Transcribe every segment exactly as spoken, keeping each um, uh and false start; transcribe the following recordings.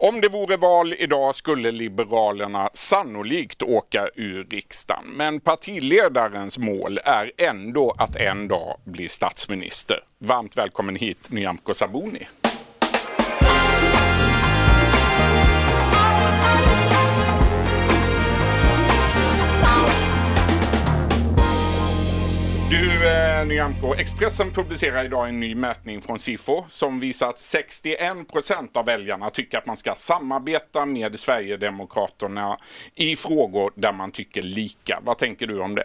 Om det vore val idag skulle Liberalerna sannolikt åka ur riksdagen. Men partiledarens mål är ändå att en dag bli statsminister. Varmt välkommen hit, Nyamko Sabuni. Du, eh, Nyamko, Expressen publicerar idag en ny mätning från Sifo som visar att sextioen procent av väljarna tycker att man ska samarbeta med Sverigedemokraterna i frågor där man tycker lika. Vad tänker du om det?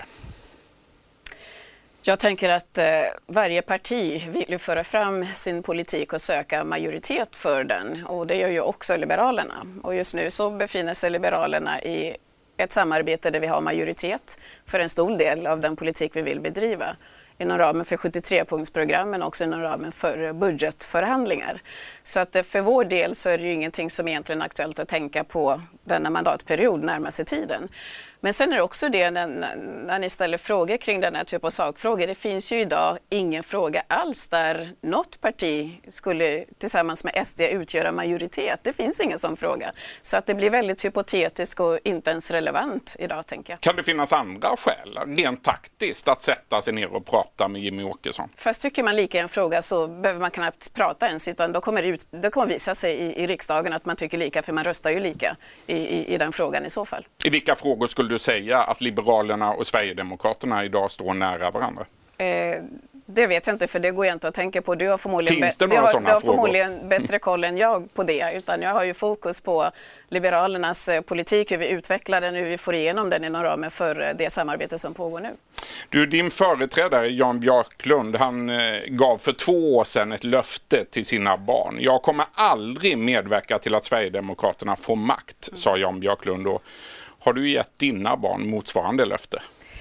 Jag tänker att eh, varje parti vill föra fram sin politik och söka majoritet för den. Och det gör ju också Liberalerna. Och just nu så befinner sig Liberalerna i ett samarbete där vi har majoritet för en stor del av den politik vi vill bedriva. Inom ramen för sjuttiotre-punktsprogram men också inom ramen för budgetförhandlingar. Så att för vår del så är det ju ingenting som egentligen är aktuellt att tänka på denna mandatperiod närmaste tiden. Men sen är det också det när, när ni ställer frågor kring den här typen av sakfrågor. Det finns ju idag ingen fråga alls där något parti skulle tillsammans med S D utgöra majoritet. Det finns ingen sån fråga. Så att det blir väldigt hypotetiskt och inte ens relevant idag, tänker jag. Kan det finnas andra skäl, rent taktiskt, att sätta sig ner och prata med Jimmie Åkesson? Fast tycker man lika en fråga så behöver man knappt prata ens, utan då kommer det, ut, då kommer visa sig i, i riksdagen att man tycker lika, för man röstar ju lika i, i, i den frågan i så fall. I vilka frågor skulle du säga att Liberalerna och Sverigedemokraterna idag står nära varandra? Eh, det vet jag inte, för det går jag inte att tänka på. Du har förmodligen, Finns det några du har, sådana du har frågor? förmodligen bättre koll än jag på det, utan jag har ju fokus på Liberalernas politik, hur vi utvecklar den, hur vi får igenom den inom ramen för det samarbete som pågår nu. Du, din företrädare Jan Björklund, han eh, gav för två år sedan ett löfte till sina barn. Jag kommer aldrig medverka till att Sverigedemokraterna får makt, mm. sa Jan Björklund då. Har du gett dina barn motsvarande löfte?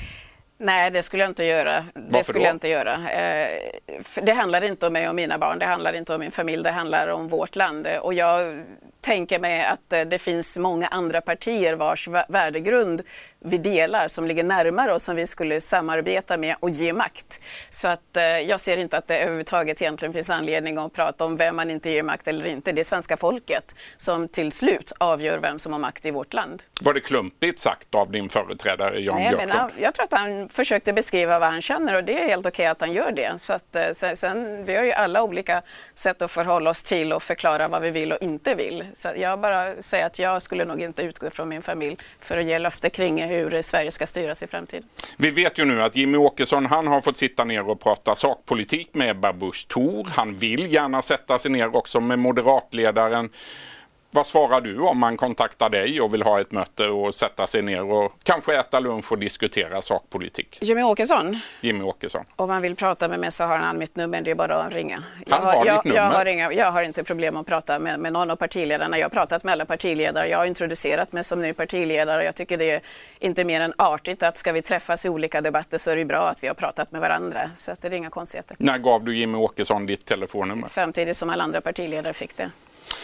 Nej, det skulle jag inte göra. Det Varför skulle då? jag inte göra. Eh, det handlar inte om mig och mina barn, det handlar inte om min familj, det handlar om vårt land. Och jag tänker mig att det finns många andra partier vars värdegrund vi delar, som ligger närmare och som vi skulle samarbeta med och ge makt. Så att eh, jag ser inte att det överhuvudtaget egentligen finns anledning att prata om vem man inte ger makt eller inte. Det är svenska folket som till slut avgör vem som har makt i vårt land. Var det klumpigt sagt av din företrädare Jan Nej, Björklund? Men, jag tror att han försökte beskriva vad han känner, och det är helt okej att han gör det. Så att, sen, sen, vi har ju alla olika sätt att förhålla oss till och förklara vad vi vill och inte vill. Så jag bara säger att jag skulle nog inte utgå från min familj för att ge löfte kring hur Sverige ska styras i framtiden. Vi vet ju nu att Jimmie Åkesson, han har fått sitta ner och prata sakpolitik med Ebba Busch Thor. Han vill gärna sätta sig ner också med moderatledaren. Vad svarar du om man kontaktar dig och vill ha ett möte och sätta sig ner och kanske äta lunch och diskutera sakpolitik? Jimmie Åkesson? Jimmie Åkesson. Om man vill prata med mig så har han mitt nummer, det är bara att ringa. Han jag har, har jag, ditt nummer? Jag har, inga, jag har inte problem att prata med, med någon av partiledarna. Jag har pratat med alla partiledare, jag har introducerat mig som ny partiledare och jag tycker det är inte mer än artigt att ska vi träffas i olika debatter så är det bra att vi har pratat med varandra. Så att det är inga konstigheter. När gav du Jimmie Åkesson ditt telefonnummer? Samtidigt som alla andra partiledare fick det.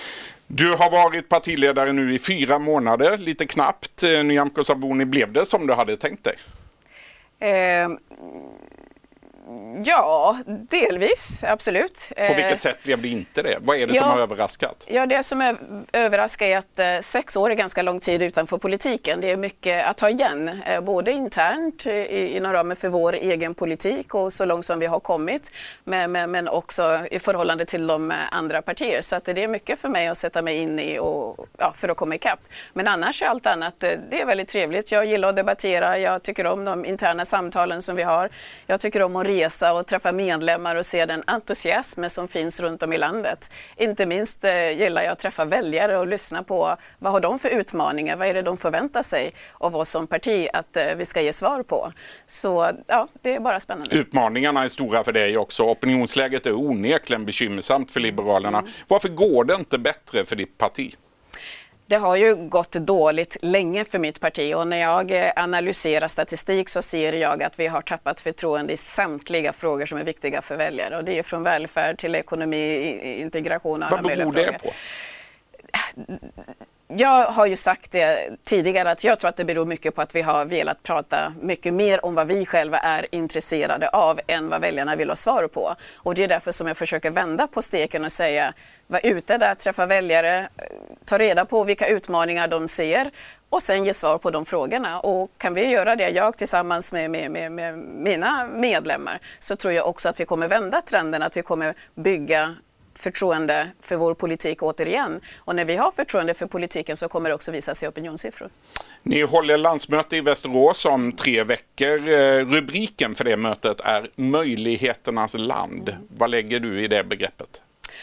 Du har varit partiledare nu i fyra månader, lite knappt. Nyamko Sabuni, blev det som du hade tänkt dig? Eh, ja, delvis, absolut. På vilket sätt blev det inte det? Vad är det ja, som har överraskat? Ja, det som är överraskat är att eh, sex år är ganska lång tid utanför politiken. Det är mycket att ta igen, eh, både internt i, inom ramen för vår egen politik och så långt som vi har kommit, men, men, men också i förhållande till de andra partier. Så att det är mycket för mig att sätta mig in i och, ja, för att komma ikapp. Men annars är allt annat, det är väldigt trevligt. Jag gillar att debattera, jag tycker om de interna samtalen som vi har. Jag tycker om att resa och träffa medlemmar och se den entusiasm som finns runt om i landet. Inte minst eh, gillar jag att träffa väljare och lyssna på vad har de för utmaningar, vad är det de förväntar sig av oss som parti att eh, vi ska ge svar på. Så ja, det är bara spännande. Utmaningarna är stora för dig också. Opinionsläget är onekligen bekymmersamt för Liberalerna. Mm. Varför går det inte bättre för ditt parti? Det har ju gått dåligt länge för mitt parti och när jag analyserar statistik så ser jag att vi har tappat förtroende i samtliga frågor som är viktiga för väljare. Och det är från välfärd till ekonomi, integration och alla möjliga frågor. Vad beror det på? Jag har ju sagt det tidigare att jag tror att det beror mycket på att vi har velat prata mycket mer om vad vi själva är intresserade av än vad väljarna vill ha svar på. Och det är därför som jag försöker vända på steken och säga, var ute där, träffa väljare, ta reda på vilka utmaningar de ser och sen ge svar på de frågorna. Och kan vi göra det, jag tillsammans med, med, med, med mina medlemmar, så tror jag också att vi kommer vända trenden, att vi kommer bygga förtroende för vår politik återigen. Och när vi har förtroende för politiken så kommer det också visa sig opinionssiffror. Ni håller landsmöte i Västerås om tre veckor. Rubriken för det mötet är Möjligheternas land. Mm. Vad lägger du i det begreppet?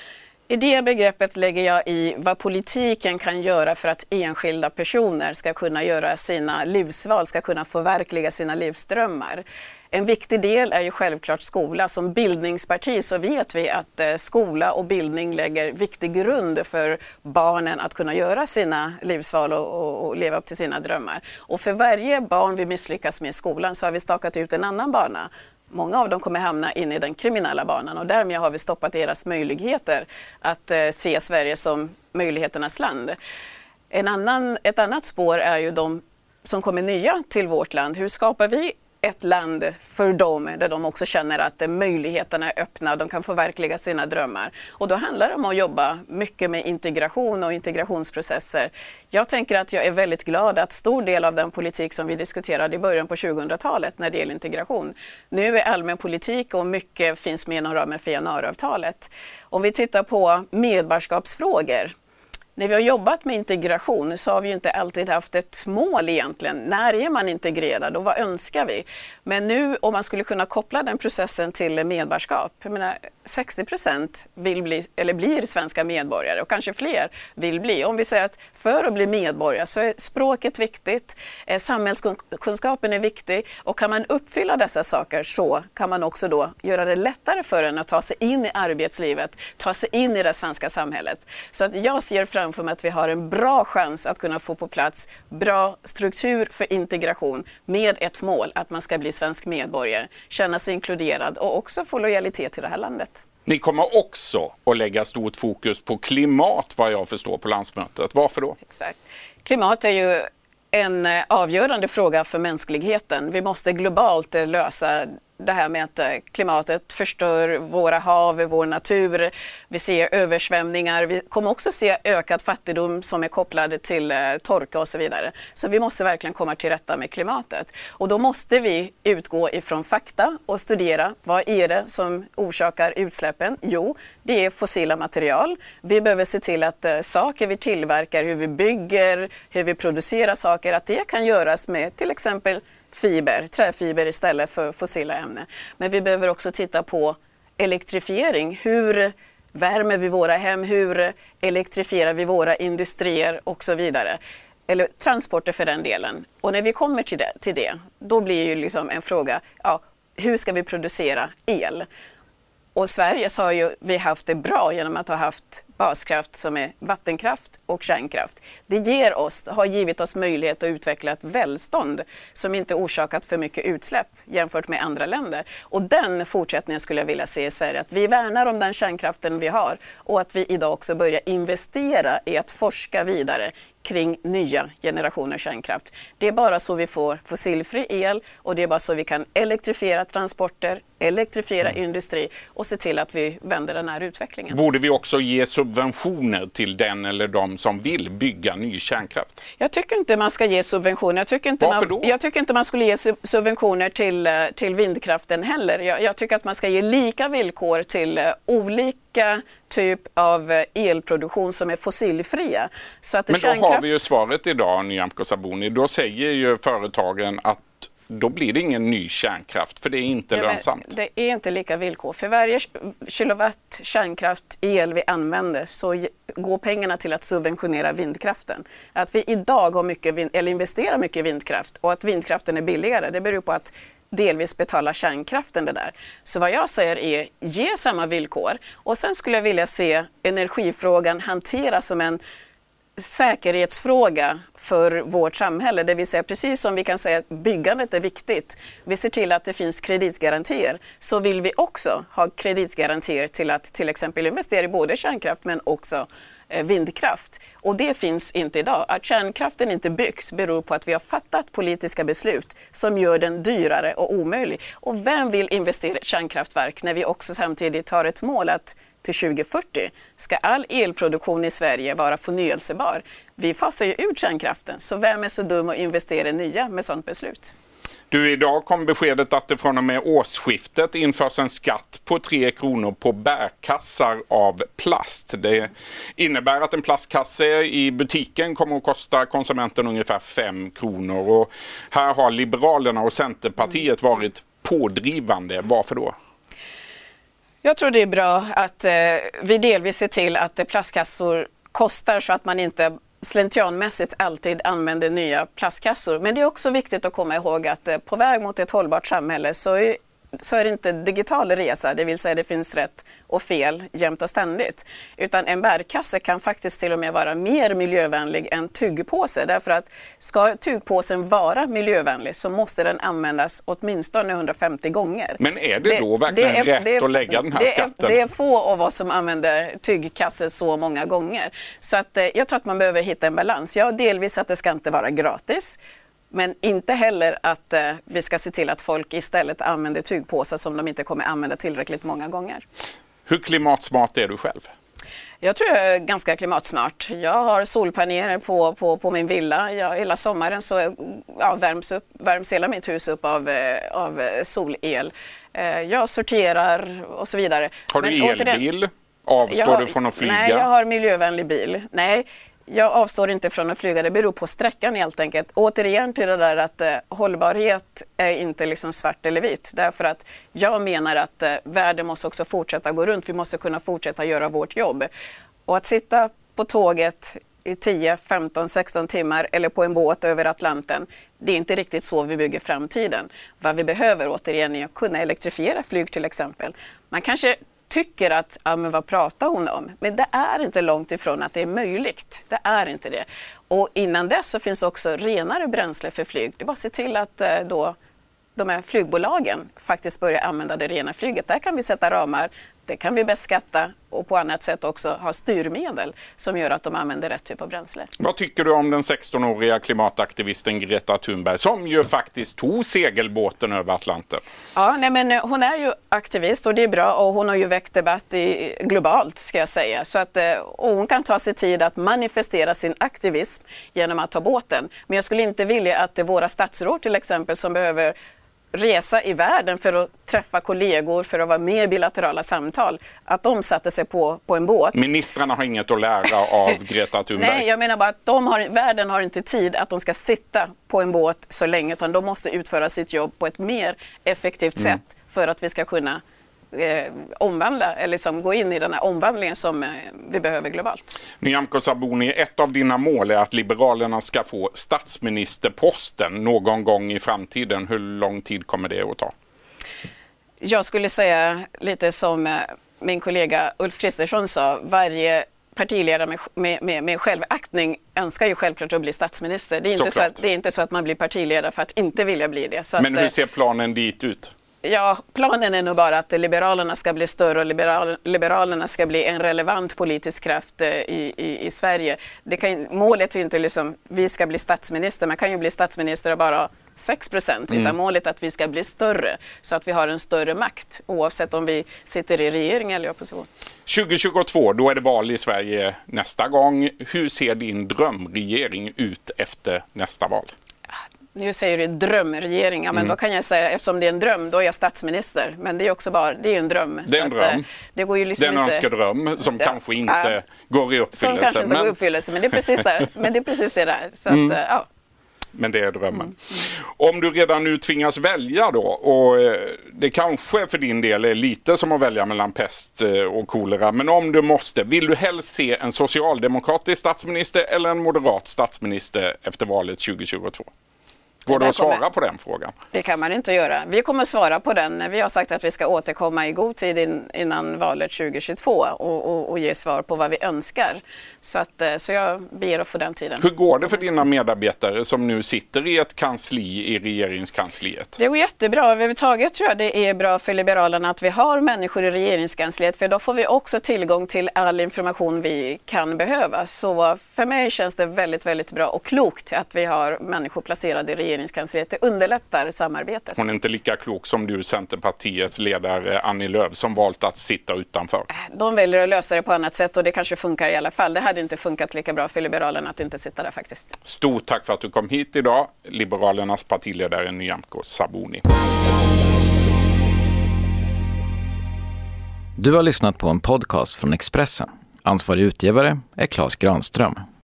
I det begreppet lägger jag i vad politiken kan göra för att enskilda personer ska kunna göra sina livsval, ska kunna förverkliga sina livsdrömmar. En viktig del är ju självklart skola. Som bildningsparti så vet vi att skola och bildning lägger viktig grund för barnen att kunna göra sina livsval och, och, och leva upp till sina drömmar. Och för varje barn vi misslyckas med i skolan så har vi stakat ut en annan bana. Många av dem kommer hamna in i den kriminella banan och därmed har vi stoppat deras möjligheter att eh, se Sverige som möjligheternas land. En annan, ett annat spår är ju de som kommer nya till vårt land. Hur skapar vi ett land för dem där de också känner att möjligheterna är öppna och de kan förverkliga sina drömmar. Och då handlar det om att jobba mycket med integration och integrationsprocesser. Jag tänker att jag är väldigt glad att stor del av den politik som vi diskuterade i början på tjugohundratalet när det gäller integration nu är allmän politik och mycket finns med inom ramen för januariavtalet. Om vi tittar på medborgarskapsfrågor. När vi har jobbat med integration så har vi inte alltid haft ett mål egentligen. När är man integrerad och vad önskar vi? Men nu om man skulle kunna koppla den processen till medborgarskap. Jag menar, sextio procent vill bli, eller blir svenska medborgare och kanske fler vill bli. Om vi säger att för att bli medborgare så är språket viktigt, eh, samhällskunskapen är viktig och kan man uppfylla dessa saker så kan man också då göra det lättare för en att ta sig in i arbetslivet, ta sig in i det svenska samhället. Så att jag ser fram för att vi har en bra chans att kunna få på plats bra struktur för integration med ett mål att man ska bli svensk medborgare, känna sig inkluderad och också få lojalitet till det här landet. Ni kommer också att lägga stort fokus på klimat vad jag förstår på landsmötet. Varför då? Exakt. Klimat är ju en avgörande fråga för mänskligheten. Vi måste globalt lösa det här med att klimatet förstör våra hav, vår natur. Vi ser översvämningar. Vi kommer också se ökad fattigdom som är kopplad till torka och så vidare. Så vi måste verkligen komma till rätta med klimatet. Och då måste vi utgå ifrån fakta och studera vad är det som orsakar utsläppen. Jo, det är fossila material. Vi behöver se till att saker vi tillverkar, hur vi bygger, hur vi producerar saker, att det kan göras med till exempel fiber, träfiber istället för fossila ämnen. Men vi behöver också titta på elektrifiering. Hur värmer vi våra hem? Hur elektrifierar vi våra industrier och så vidare? Eller transporter för den delen. Och när vi kommer till det, till det då blir ju liksom en fråga, ja, hur ska vi producera el? Och i Sverige så har ju vi haft det bra genom att ha haft baskraft som är vattenkraft och kärnkraft. Det ger oss, har givit oss möjlighet att utveckla ett välstånd som inte orsakat för mycket utsläpp jämfört med andra länder. Och den fortsättningen skulle jag vilja se i Sverige. Att vi värnar om den kärnkraften vi har och att vi idag också börjar investera i att forska vidare kring nya generationer kärnkraft. Det är bara så vi får fossilfri el och det är bara så vi kan elektrifiera transporter, elektrifiera mm. industri och se till att vi vänder den här utvecklingen. Borde vi också ge subventioner till den eller de som vill bygga ny kärnkraft? Jag tycker inte man ska ge subventioner. Jag tycker inte, Varför man, då? jag tycker inte man skulle ge subventioner till, till vindkraften heller. Jag, jag tycker att man ska ge lika villkor till olika typ av elproduktion som är fossilfria. Så att Men då kärnkraft... har vi ju svaret idag, Nyamko Sabuni. Då säger ju företagen att då blir det ingen ny kärnkraft för det är inte ja, lönsamt. Det är inte lika villkor. För varje kilowatt kärnkraft el vi använder så går pengarna till att subventionera vindkraften. Att vi idag har mycket vind, eller investerar mycket i vindkraft och att vindkraften är billigare, det beror på att delvis betala kärnkraften det där. Så vad jag säger är ge samma villkor och sen skulle jag vilja se energifrågan hanteras som en säkerhetsfråga för vårt samhälle. Det vill säga precis som vi kan säga att byggandet är viktigt. Vi ser till att det finns kreditgarantier. Så vill vi också ha kreditgarantier till att till exempel investera i både kärnkraft men också vindkraft. Och det finns inte idag. Att kärnkraften inte byggs beror på att vi har fattat politiska beslut som gör den dyrare och omöjlig. Och vem vill investera i kärnkraftverk när vi också samtidigt har ett mål att till tjugo fyrtio ska all elproduktion i Sverige vara förnyelsebar? Vi fasar ju ut kärnkraften, så vem är så dum att investera i nya med sådant beslut? Du, idag kom beskedet att det från och med årsskiftet införs en skatt på tre kronor på bärkassar av plast. Det innebär att en plastkasse i butiken kommer att kosta konsumenten ungefär fem kronor. Och här har Liberalerna och Centerpartiet varit pådrivande. Varför då? Jag tror det är bra att eh, vi delvis ser till att plastkassor kostar så att man inte slentrianmässigt alltid använder nya plastkassor. Men det är också viktigt att komma ihåg att eh, på väg mot ett hållbart samhälle så är, så är det inte digital resa, det vill säga det finns rätt och fel jämt och ständigt. Utan en bärkasse kan faktiskt till och med vara mer miljövänlig än tyggpåse. Därför att ska tygpåsen vara miljövänlig så måste den användas åtminstone hundrafemtio gånger. Men är det, det då verkligen det är, rätt det är, att lägga den här det skatten? Är, det är få av oss som använder tyggkasse så många gånger. Så att, eh, jag tror att man behöver hitta en balans. Ja, delvis att det ska inte vara gratis. Men inte heller att eh, vi ska se till att folk istället använder tygpåsar som de inte kommer använda tillräckligt många gånger. Hur klimatsmart är du själv? Jag tror jag är ganska klimatsmart. Jag har solpaneler på, på, på min villa. Jag, hela sommaren så ja, värms, upp, värms hela mitt hus upp av, av solel. Eh, jag sorterar och så vidare. Har du Men, elbil? Återigen, Avstår har, du från att flyga? Nej, jag har miljövänlig bil. Nej. Jag avstår inte från att flyga, det beror på sträckan helt enkelt. Återigen till det där att eh, hållbarhet är inte liksom svart eller vitt. Därför att jag menar att eh, världen måste också fortsätta gå runt. Vi måste kunna fortsätta göra vårt jobb. Och att sitta på tåget i tio, femton, sexton timmar eller på en båt över Atlanten, det är inte riktigt så vi bygger framtiden. Vad vi behöver återigen är att kunna elektrifiera flyg till exempel. Man kanske tycker att, ja men vad pratar hon om? Men det är inte långt ifrån att det är möjligt. Det är inte det. Och innan dess så finns också renare bränsle för flyg. Det är bara att se till att då de här flygbolagen faktiskt börjar använda det rena flyget. Där kan vi sätta ramar, det kan vi beskatta och på annat sätt också ha styrmedel som gör att de använder rätt typ av bränsle. Vad tycker du om den sexton-åriga klimataktivisten Greta Thunberg som ju faktiskt tog segelbåten över Atlanten? Ja, nej men hon är ju aktivist och det är bra och hon har ju väckt debatt i, globalt ska jag säga. Så att, och hon kan ta sig tid att manifestera sin aktivism genom att ta båten. Men jag skulle inte vilja att det är våra statsråd till exempel som behöver resa i världen för att träffa kollegor, för att vara med i bilaterala samtal, att de satte sig på, på en båt. Ministrarna har inget att lära av Greta Thunberg. Nej, jag menar bara att de har, världen har inte tid att de ska sitta på en båt så länge, utan de måste utföra sitt jobb på ett mer effektivt mm. sätt för att vi ska kunna eh, omvandla, eller liksom gå in i den här omvandlingen som eh, vi behöver globalt. Nyamko Sabuni, ett av dina mål är att Liberalerna ska få statsministerposten någon gång i framtiden. Hur lång tid kommer det att ta? Jag skulle säga lite som eh, min kollega Ulf Kristersson sa, varje partiledare med, med, med, med självaktning önskar ju självklart att bli statsminister. Det är, inte så att, det är inte så att man blir partiledare för att inte vilja bli det. Så Men att, hur ser planen dit ut? Ja, planen är nog bara att Liberalerna ska bli större och liberal, Liberalerna ska bli en relevant politisk kraft eh, i, i, i Sverige. Det kan, målet är ju inte liksom vi ska bli statsminister, man kan ju bli statsminister och bara sex procent, mm. utan målet är att vi ska bli större så att vi har en större makt oavsett om vi sitter i regering eller i opposition. tjugo tjugotvå, då är det val i Sverige nästa gång. Hur ser din drömregering ut efter nästa val? Nu säger du drömregering, ja, men mm. då kan jag säga, eftersom det är en dröm, då är jag statsminister. Men det är också bara, det är en dröm. Det är en så dröm. Att, det går ju liksom det är en inte, önskerdröm som ja, kanske inte äh, går i uppfyllelse. Som kanske inte men... går i uppfyllelse, men det är precis, där, men det, är precis det där. Så mm. att, ja. Men det är drömmen. Mm. Mm. Om du redan nu tvingas välja då, och det kanske för din del är lite som att välja mellan pest och kolera, men om du måste, vill du helst se en socialdemokratisk statsminister eller en moderat statsminister efter valet tjugo tjugotvå? Går det att kommer, svara på den frågan? Det kan man inte göra. Vi kommer svara på den. Vi har sagt att vi ska återkomma i god tid in, innan valet tjugo tjugotvå och, och, och ge svar på vad vi önskar. Så, att, så jag ber att få den tiden. Hur går det för dina medarbetare som nu sitter i ett kansli i regeringskansliet? Det går jättebra. Överhuvudtaget tror jag det är bra för Liberalerna att vi har människor i regeringskansliet, för då får vi också tillgång till all information vi kan behöva. Så för mig känns det väldigt, väldigt bra och klokt att vi har människor placerade i regeringskansliet. Det underlättar samarbetet. Hon är inte lika klok som du, Centerpartiets ledare Annie Lööf, som valt att sitta utanför. De väljer att lösa det på annat sätt och det kanske funkar i alla fall. Det hade inte funkat lika bra för Liberalerna att inte sitta där faktiskt. Stort tack för att du kom hit idag, Liberalernas partiledare Nyamko Sabuni. Du har lyssnat på en podcast från Expressen. Ansvarig utgivare är Claes Granström.